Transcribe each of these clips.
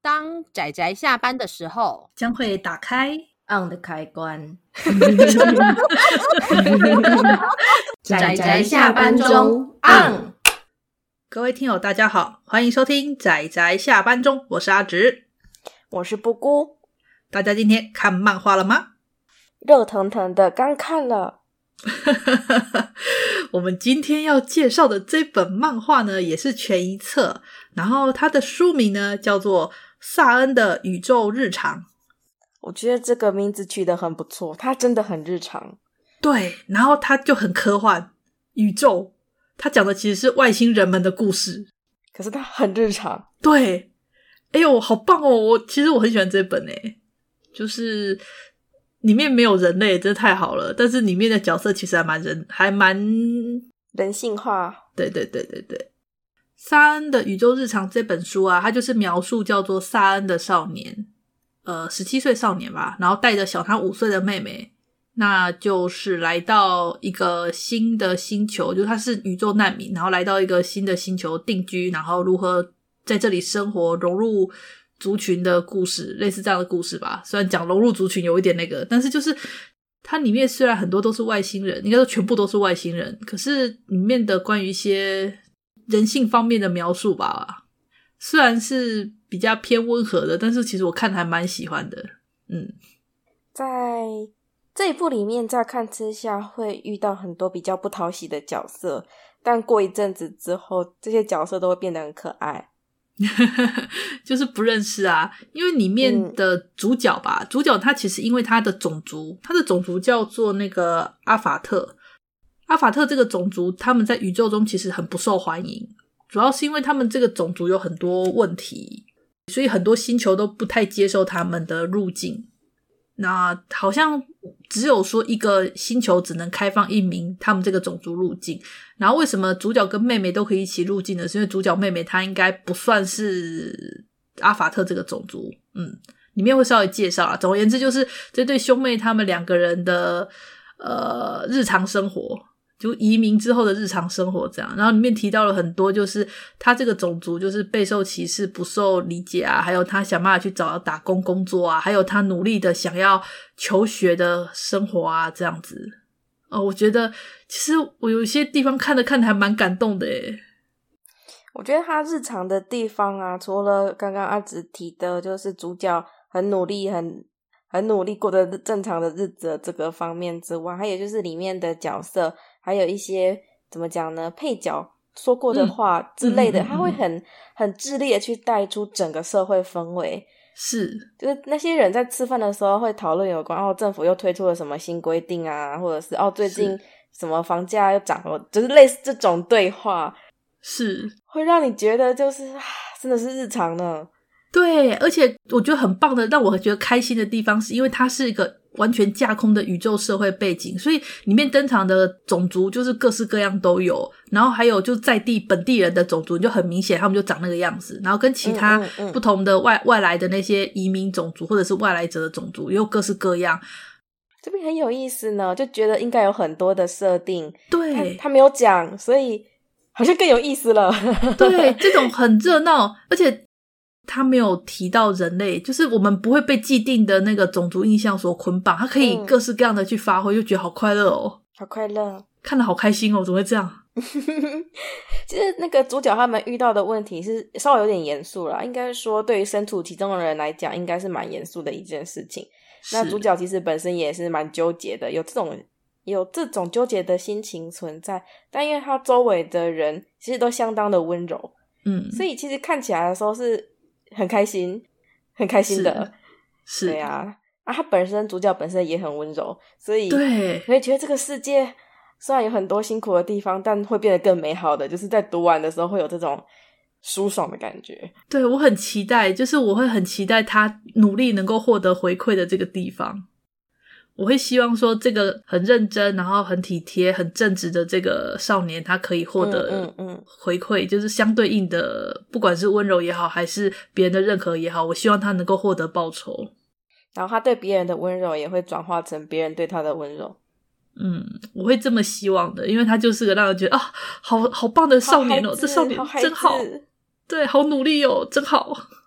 当宅宅下班的时候， 将会打开 on 的开关。 宅宅下班中 on。 各位听友大家好，欢迎收听宅宅下班中，我是阿直， 我是布姑。 大家今天看漫画了吗？ 热腾腾的刚看了。 我们今天要介绍的这本漫画呢，也是全一册，然后它的书名呢叫做萨恩的宇宙日常。 我觉得这个名字取得很不错，它真的很日常。 对，然后它就很科幻，宇宙它讲的其实是外星人们的故事， 可是它很日常。 对，哎呦好棒哦，其实我很喜欢这本耶，就是里面没有人类，真的太好了，但是里面的角色其实还蛮人性化。 对，萨恩的宇宙日常这本书啊，它就是描述叫做萨恩的少年17岁少年吧，然后带着小他5岁的妹妹，那就是来到一个新的星球，就是他是宇宙难民，然后来到一个新的星球定居，然后如何在这里生活，融入族群的故事，类似这样的故事吧。虽然讲融入族群有一点那个，但是就是它里面虽然很多都是外星人，应该说全部都是外星人，可是里面的关于一些人性方面的描述吧，虽然是比较偏温和的，但是其实我看还蛮喜欢的。 在这一部里面乍看之下会遇到很多比较不讨喜的角色，但过一阵子之后这些角色都会变得很可爱。 就是不认识啊，因为里面的主角吧，主角他其实因为他的种族叫做那个阿法特这个种族他们在宇宙中其实很不受欢迎，主要是因为他们这个种族有很多问题，所以很多星球都不太接受他们的入境。那好像只有说一个星球只能开放1名他们这个种族入境，然后为什么主角跟妹妹都可以一起入境呢？是因为主角妹妹她应该不算是阿法特这个种族。里面会稍微介绍啦。总而言之就是这对兄妹他们2个人的日常生活，就移民之后的日常生活这样。然后里面提到了很多，就是他这个种族就是备受歧视，不受理解啊，还有他想办法去找打工工作啊，还有他努力的想要求学的生活啊这样子。我觉得其实我有一些地方看的还蛮感动的耶。 我觉得他日常的地方啊，除了刚刚阿直提的就是主角很努力很努力过得正常的日子的这个方面之外，还有就是里面的角色还有一些怎么讲呢，配角说过的话之类的，他会很致力的去带出整个社会氛围。 是， 就是那些人在吃饭的时候会讨论有关政府又推出了什么新规定啊，或者是最近什么房价又涨了，就是类似这种对话，是会让你觉得就是真的是日常呢。 对，而且我觉得很棒的，让我觉得开心的地方是因为它是一个完全架空的宇宙社会背景，所以里面登场的种族就是各式各样都有，然后还有就在地本地人的种族就很明显他们就长那个样子，然后跟其他不同的外来的那些移民种族或者是外来者的种族又各式各样。 这边很有意思呢，就觉得应该有很多的设定， 对， 他没有讲，所以好像更有意思了。 对，这种很热闹，而且他没有提到人类，就是我们不会被既定的那个种族印象所捆绑，他可以各式各样的去发挥，就觉得好快乐哦， 好快乐， 看得好开心哦，怎么会这样？ 其实那个主角他们遇到的问题是稍微有点严肃啦，应该说对于身处其中的人来讲应该是蛮严肃的一件事情。那主角其实本身也是蛮纠结的，有这种纠结的心情存在，但因为他周围的人其实都相当的温柔，所以其实看起来的时候是很开心的。是对啊，他主角本身也很温柔，所以对，所以觉得这个世界虽然有很多辛苦的地方，但会变得更美好的，就是在读完的时候会有这种舒爽的感觉。 对，我很期待，就是我会很期待他努力能够获得回馈的这个地方。我会希望说这个很认真然后很体贴很正直的这个少年他可以获得回馈，就是相对应的不管是温柔也好还是别人的认可也好，我希望他能够获得报酬， 然后他对别人的温柔也会转化成别人对他的温柔。 我会这么希望的，因为他就是个让人觉得好棒的少年哦，这少年真好，对，好努力哦，真好。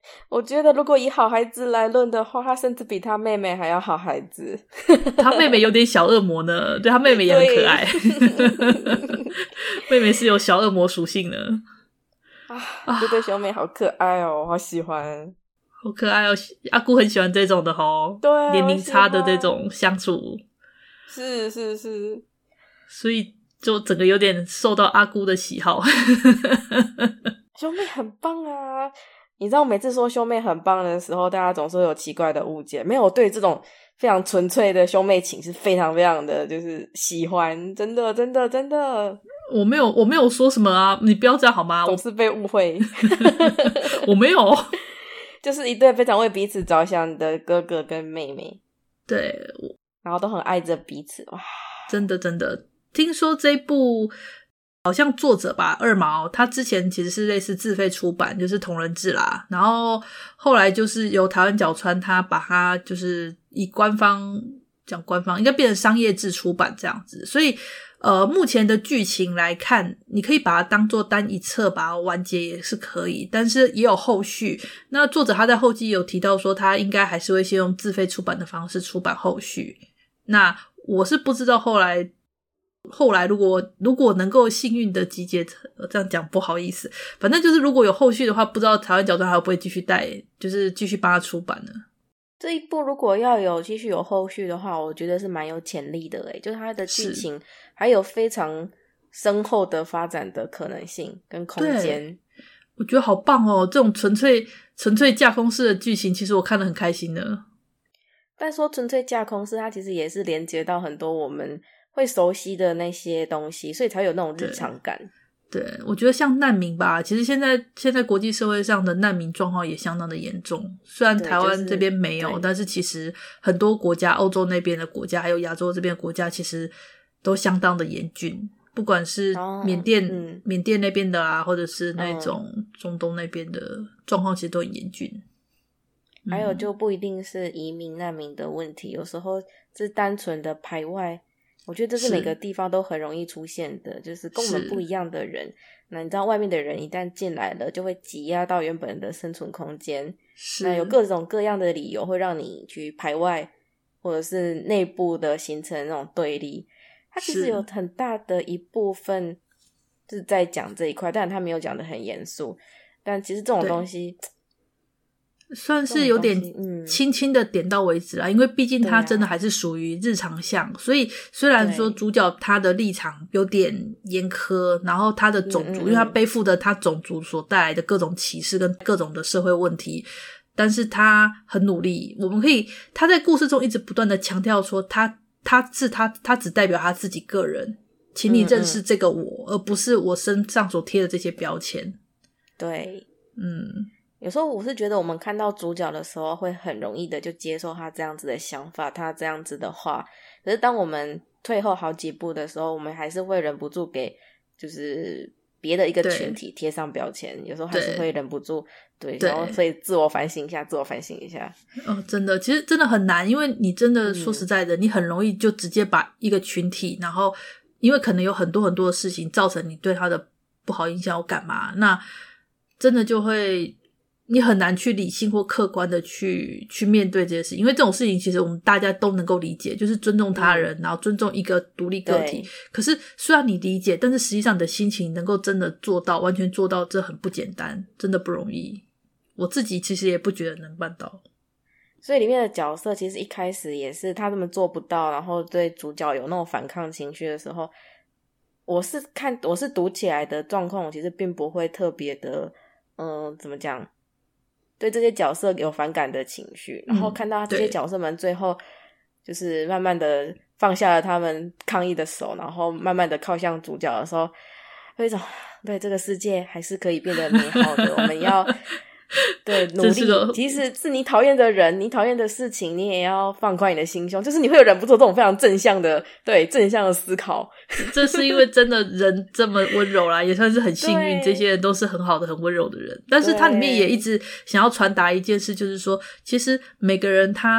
我觉得如果以好孩子来论的话，他甚至比他妹妹还要好孩子。 他妹妹有点小恶魔呢，对，他妹妹也很可爱。妹妹是有小恶魔属性的这对兄妹好可爱哦，好喜欢， 好可爱哦。阿姑很喜欢这种的吼， 对啊， 年龄差的这种相处， 是， 所以就整个有点受到阿姑的喜好。 兄妹很棒啊！你知道每次说兄妹很棒的时候，大家总是会有奇怪的误解。没有，我对这种非常纯粹的兄妹情是非常非常的就是喜欢，真的。 我没有说什么啊，你不要这样好吗？ 总是被误会。 我没有， 就是一对非常为彼此着想的哥哥跟妹妹， 对， 然后都很爱着彼此。哇， 真的，听说这一部好像作者吧，二毛，他之前其实是类似自费出版，就是同人志啦，然后后来就是由台湾角川他把它就是以官方应该变成商业制出版这样子，所以目前的剧情来看，你可以把它当作单一册把它完结也是可以，但是也有后续。那作者他在后记有提到说，他应该还是会先用自费出版的方式出版后续。那我是不知道后来如果能够幸运的集结，这样讲不好意思，反正就是如果有后续的话，不知道台湾角川还会不会继续带，就是继续帮他出版呢？ 这一部如果要继续有后续的话，我觉得是蛮有潜力的诶，就是它的剧情还有非常深厚的发展的可能性跟空间。 我觉得好棒哦，这种纯粹架空式的剧情，其实我看得很开心的。 但说纯粹架空式，它其实也是连接到很多我们会熟悉的那些东西，所以才有那种日常感。 对，我觉得像难民吧，其实现在国际社会上的难民状况也相当的严重，虽然台湾这边没有，但是其实很多国家，欧洲那边的国家还有亚洲这边的国家其实都相当的严峻，不管是缅甸那边的啊，或者是那种中东那边的状况其实都很严峻。 还有就不一定是移民难民的问题，有时候是单纯的排外，我觉得这是每个地方都很容易出现的，就是跟我们不一样的人，那你知道外面的人一旦进来了就会挤压到原本的生存空间，那有各种各样的理由会让你去排外，或者是内部的形成那种对立，它其实有很大的一部分就是在讲这一块，但他没有讲得很严肃，但其实这种东西算是有点轻轻的点到为止啦，因为毕竟它真的还是属于日常向，所以虽然说主角他的立场有点严苛，然后他的种族因为他背负的他种族所带来的各种歧视跟各种的社会问题，但是他很努力，我们可以他在故事中一直不断的强调说他只代表他自己个人，请你认识这个我，而不是我身上所贴的这些标签。 对，有时候我是觉得我们看到主角的时候会很容易的就接受他这样子的想法，他这样子的话，可是当我们退后好几步的时候，我们还是会忍不住给就是别的一个群体贴上标签，有时候还是会忍不住对，然后所以自我反省一下真的其实真的很难，因为你真的说实在的你很容易就直接把一个群体，然后因为可能有很多很多的事情造成你对他的不好印象或干嘛，那真的就会你很难去理性或客观的去面对这些事情，因为这种事情其实我们大家都能够理解，就是尊重他人，然后尊重一个独立个体，可是虽然你理解，但是实际上你的心情能够真的做到完全做到，这很不简单，真的不容易，我自己其实也不觉得能办到。 所以里面的角色其实一开始也是他们做不到，然后对主角有那种反抗情绪的时候，我是读起来的状况，我其实并不会特别的怎么讲，对这些角色有反感的情绪，然后看到这些角色们最后就是慢慢的放下了他们抗议的手，然后慢慢的靠向主角的时候，有一种对这个世界还是可以变得美好的我们要对努力，即使是你讨厌的人，你讨厌的事情，你也要放宽你的心胸，就是你会有忍不住这种非常正向的思考。 这是因为真的人这么温柔啦，也算是很幸运，这些人都是很好的很温柔的人，但是他里面也一直想要传达一件事，就是说其实每个人他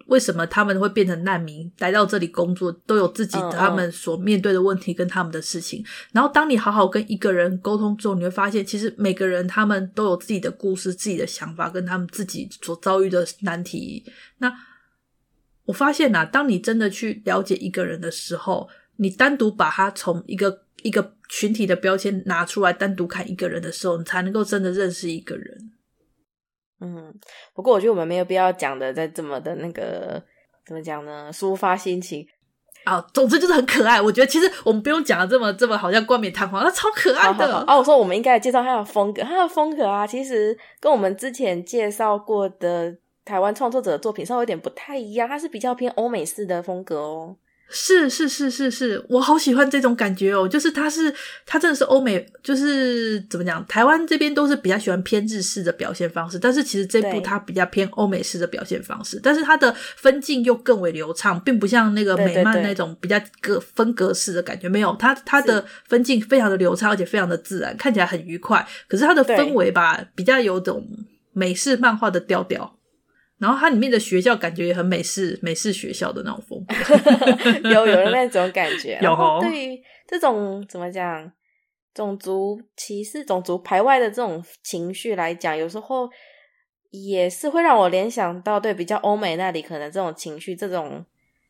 为什么他们会变成难民来到这里工作，都有自己的他们所面对的问题跟他们的事情。然后当你好好跟一个人沟通之后，你会发现其实每个人他们都有自己的故事，自己的想法跟他们自己所遭遇的难题。那我发现当你真的去了解一个人的时候，你单独把他从一个群体的标签拿出来单独看一个人的时候，你才能够真的认识一个人。 不过我觉得我们没有必要讲的再这么的那个怎么讲呢，抒发心情总之就是很可爱。我觉得其实我们不用讲的这么好像冠冕堂皇，他超可爱的。 我说我们应该介绍他的风格，其实跟我们之前介绍过的台湾创作者的作品稍微有点不太一样，他是比较偏欧美式的风格哦。 是，我好喜欢这种感觉哦，就是他真的是欧美，就是怎么讲，台湾这边都是比较喜欢偏日式的表现方式，但是其实这部他比较偏欧美式的表现方式，但是他的分镜又更为流畅，并不像那个美漫那种比较分格式的感觉，没有，他的分镜非常的流畅，而且非常的自然，看起来很愉快，可是他的氛围吧比较有种美式漫画的调调。然后它里面的学校感觉也很美式学校的那种风格有那种感觉。 有然后对于这种怎么讲种族歧视种族排外的这种情绪来讲，有时候也是会让我联想到对比较欧美那里可能这种情绪这种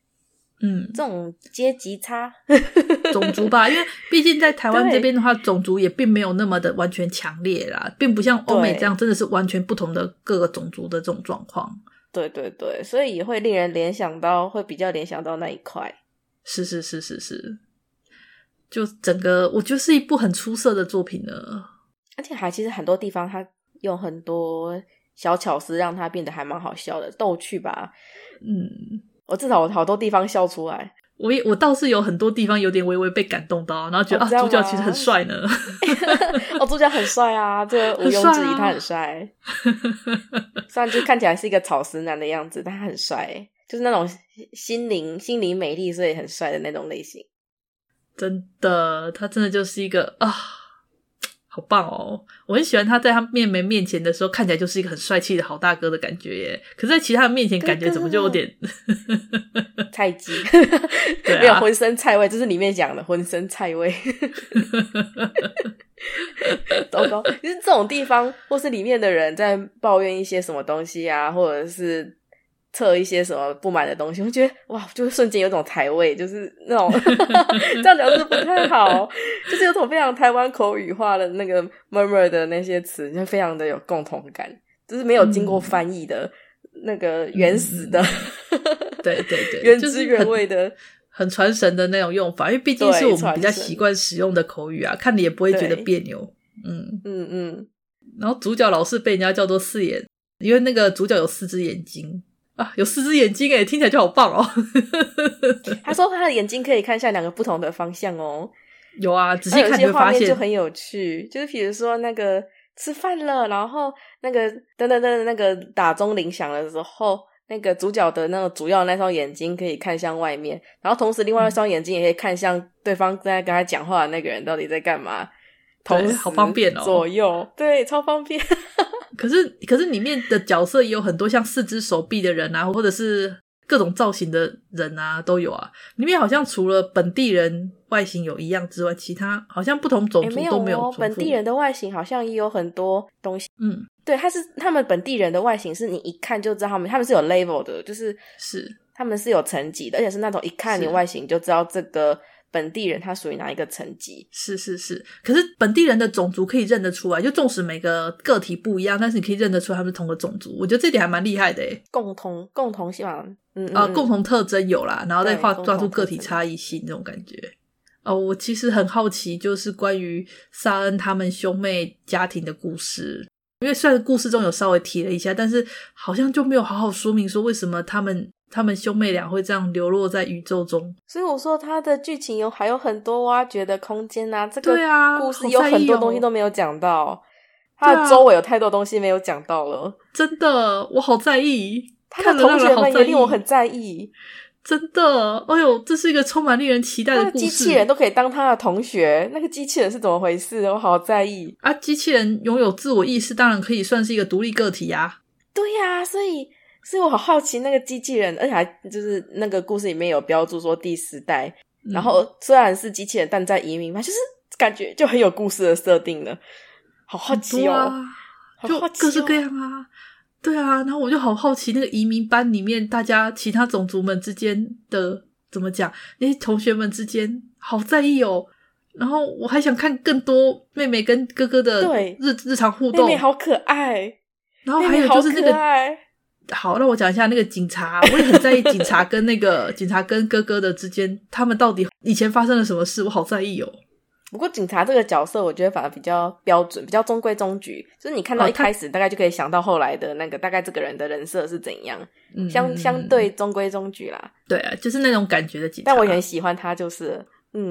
阶级差种族吧，因为毕竟在台湾这边的话，种族也并没有那么的完全强烈啦，并不像欧美这样真的是完全不同的各个种族的这种状况。 对，所以也会令人会比较联想到那一块。 是，就整个我觉得是一部很出色的作品呢。 而且其实很多地方它用很多小巧思让它变得还蛮好笑的，逗趣吧。我至少好多地方笑出来。 我倒是有很多地方有点微微被感动到，然后觉得主角其实很帅呢。 主角很帅啊，这个毋庸置疑他很帅。虽然就看起来是一个草食男的样子，但他很帅，就是那种心灵美丽所以很帅的那种类型。 真的，他真的就是一个好棒哦！我很喜欢他在他妹妹面前的时候看起来就是一个很帅气的好大哥的感觉耶，可是在其他人面前感觉怎么就有点菜鸡对没有浑身菜味，这是里面讲的浑身菜味糟糕，就是这种地方或是里面的人在抱怨一些什么东西啊，或者是测一些什么不满的东西，我觉得哇，就瞬间有种台味，就是那种这样讲是不太好，就是有种非常台湾口语化的那个 murmur 的那些词，就非常的有共同感，就是没有经过翻译的那个原始的对原汁原味的、 就是很传神的那种用法，因为毕竟是我们比较习惯使用的口语啊，看你也不会觉得别扭。然后主角老是被人家叫做四眼，因为那个主角有4只眼睛有4只眼睛耶，听起来就好棒哦他说他的眼睛可以看向2个不同的方向哦。 有啊，仔细看就会发现有些画面就很有趣，就是比如说那个吃饭了，然后那个噔噔噔那个打钟铃响的时候，那个主角的那个主要那双眼睛可以看向外面，然后同时另外一双眼睛也可以看向对方在跟他讲话的那个人到底在干嘛，同时好方便哦， 左右，对，超方便可是里面的角色也有很多像4只手臂的人啊，或者是各种造型的人啊都有啊。里面好像除了本地人外形有一样之外，其他好像不同种族都没有重复。 本地人的外形好像也有很多东西。对，他们本地人的外形是你一看就知道他们是有 level 的，就是他们是有层级的，而且是那种一看你外形就知道这个本地人他属于哪一个层级。 是，可是本地人的种族可以认得出来，就纵使每个个体不一样，但是你可以认得出来他们是同个种族，我觉得这点还蛮厉害的耶。 共同性嘛， 共同特征有啦，然后再抓出个体差异性这种感觉。我其实很好奇，就是关于萨恩他们兄妹家庭的故事，因为虽然故事中有稍微提了一下，但是好像就没有好好说明说为什么他们兄妹俩会这样流落在宇宙中。 所以我说他的剧情还有很多挖掘的空间啊，这个故事有很多东西都没有讲到，他的周围有太多东西没有讲到了。真的，我好在意， 他的同学们也令我很在意。 真的，哎呦，这是一个充满令人期待的故事。 机器人都可以当他的同学，那个机器人是怎么回事？我好在意啊！机器人拥有自我意识，当然可以算是一个独立个体啊。 对啊，所以所以我好好奇那个机器人，而且还就是那个故事里面有标注说第10代，然后虽然是机器人但在移民嘛，就是感觉就很有故事的设定了，好好奇哦， 就各式各样啊。对啊，然后我就好好奇那个移民班里面大家其他种族们之间的怎么讲，那些同学们之间好在意哦。然后我还想看更多妹妹跟哥哥的日常互动， 妹妹好可爱。 然后还有就是那个好，让我讲一下那个警察，我也很在意警察跟那个警察跟哥哥的之间，他们到底以前发生了什么事，我好在意哦。 不过警察这个角色我觉得反而比较标准，比较中规中矩，就是你看到一开始大概就可以想到后来的那个大概这个人的人设是怎样，相对中规中矩啦。 对啊，就是那种感觉的警察。 但我也很喜欢他，就是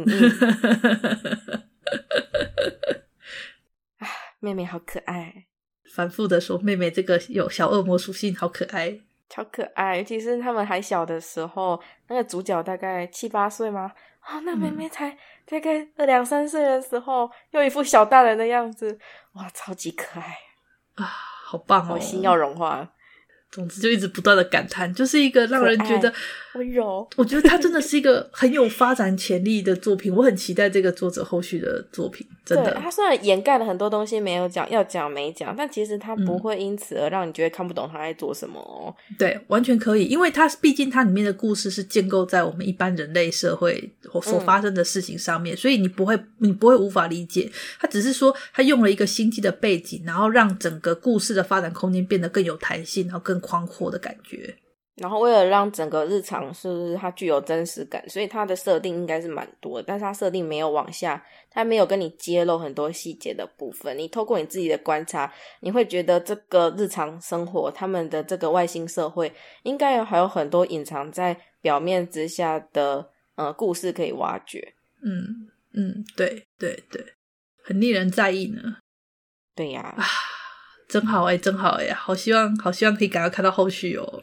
妹妹好可爱， 反复的说妹妹这个有小恶魔属性，好可爱， 超可爱。尤其是他们还小的时候，那个主角大概7、8岁吗？那妹妹才大概2、3岁的时候，又一副小大人的样子，哇，超级可爱啊，好棒哦， 我心要融化了。 总之就一直不断的感叹，就是一个让人觉得温柔， 我觉得它真的是一个很有发展潜力的作品，我很期待这个作者后续的作品，真的。 对，他虽然掩盖了很多东西没有讲，要讲没讲，但其实他不会因此而让你觉得看不懂他在做什么哦。 对，完全可以，因为毕竟它里面的故事是建构在我们一般人类社会所发生的事情上面，所以你不会无法理解，他只是说他用了一个星际的背景，然后让整个故事的发展空间变得更有弹性，然后更宽阔的感觉。 然后为了让整个日常是它具有真实感，所以它的设定应该是蛮多的，但是它设定没有往下，它没有跟你揭露很多细节的部分，你透过你自己的观察，你会觉得这个日常生活他们的这个外星社会应该还有很多隐藏在表面之下的故事可以挖掘。 对对对，很令人在意呢。 对呀， 真好欸，真好欸，好希望可以赶快看到后续哦。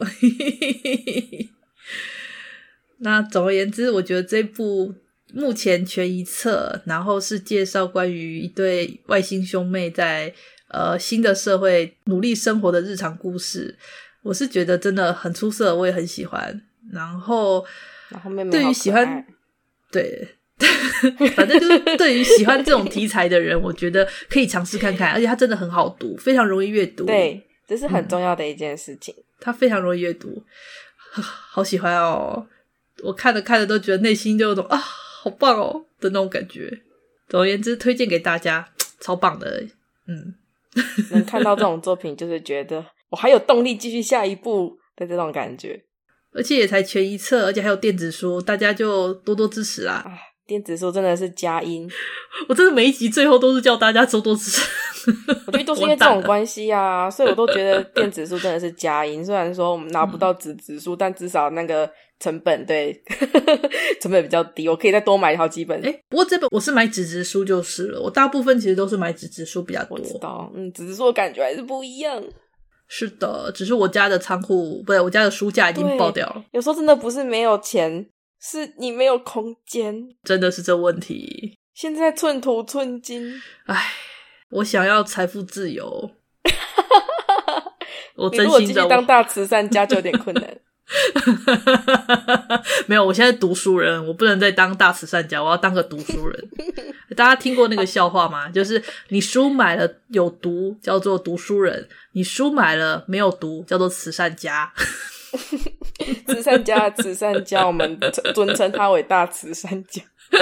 那总而言之，我觉得这部目前全一册，然后是介绍关于一对外星兄妹在新的社会努力生活的日常故事，我是觉得真的很出色，我也很喜欢。然后妹妹对于喜欢对反正就是对于喜欢这种题材的人，我觉得可以尝试看看，而且它真的很好读，非常容易阅读。对， 这是很重要的一件事情。 它非常容易阅读，好喜欢哦！我看着都觉得内心就有种好棒哦的那种感觉。总而言之，推荐给大家，超棒的。 能看到这种作品，就是觉得我还有动力继续下一步的这种感觉。 而且也才全一册，而且还有电子书，大家就多多支持啦。 电子书真的是佳音， 我真的每一集最后都是叫大家多多支持。 我觉得都是因为这种关系啊，所以我都觉得电子书真的是佳音。虽然说我们拿不到纸质书，但至少那个成本成本比较低，我可以再多买好几本。 不过这本我是买纸质书就是了，我大部分其实都是买纸质书比较多。 我知道，纸质书的感觉还是不一样。 是的，只是我家的仓库不对，我家的书架已经爆掉了。 有时候真的不是没有钱，是你没有空间， 真的是这问题。 现在寸土寸金， 我想要财富自由。我真心的， 你如果继续当大慈善家就有点困难。 没有，我现在读书人，我不能再当大慈善家，我要当个读书人。大家听过那个笑话吗？就是你书买了有读叫做读书人，你书买了没有读叫做慈善家。 慈善家我们尊称他为大慈善家。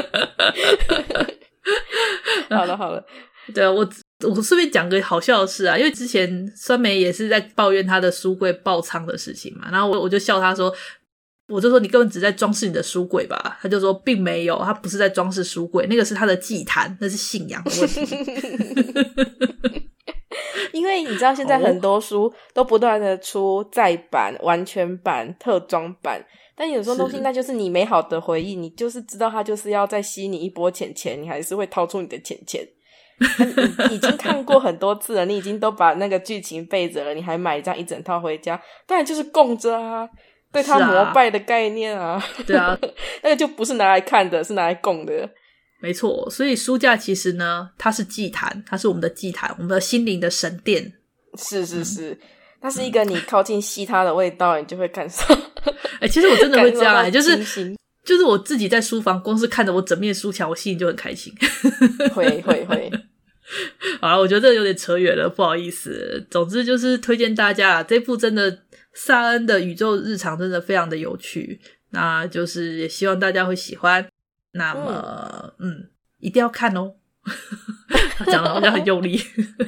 好了， 对，我顺便讲个好笑的事啊，因为之前酸梅也是在抱怨他的书柜爆仓的事情嘛，然后我就笑他说，我就说你根本只在装饰你的书柜吧，他就说并没有，他不是在装饰书柜，那个是他的祭坛，那是信仰的问题。 因为你知道现在很多书都不断的出再版、完全版、特装版，但有时候东西那就是你美好的回忆，你就是知道它就是要再吸你一波钱，你还是会掏出你的钱。你已经看过很多次了，你已经都把那个剧情背着了，你还买这样一整套回家，当然就是供着啊，对它膜拜的概念啊。 对啊， 那个就不是拿来看的，是拿来供的。 没错，所以书架其实呢，它是祭坛，它是我们的祭坛，我们的心灵的神殿。 是， 它是一个你靠近吸它的味道，你就会感受。 其实我真的会这样就是我自己在书房，光是看着我整面书墙，我心里就很开心。 会。 好了，我觉得这有点扯远了，不好意思。总之就是推荐大家这部真的萨恩的宇宙日常真的非常的有趣，那就是也希望大家会喜欢。那么一定要看哦。讲得好像很用力。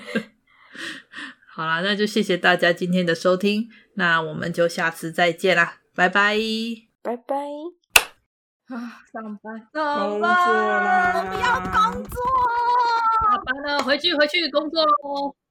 好啦，那就谢谢大家今天的收听，那我们就下次再见啦，拜拜。 拜拜。 上班工作啦， 我不要工作， 下班了，回去工作咯。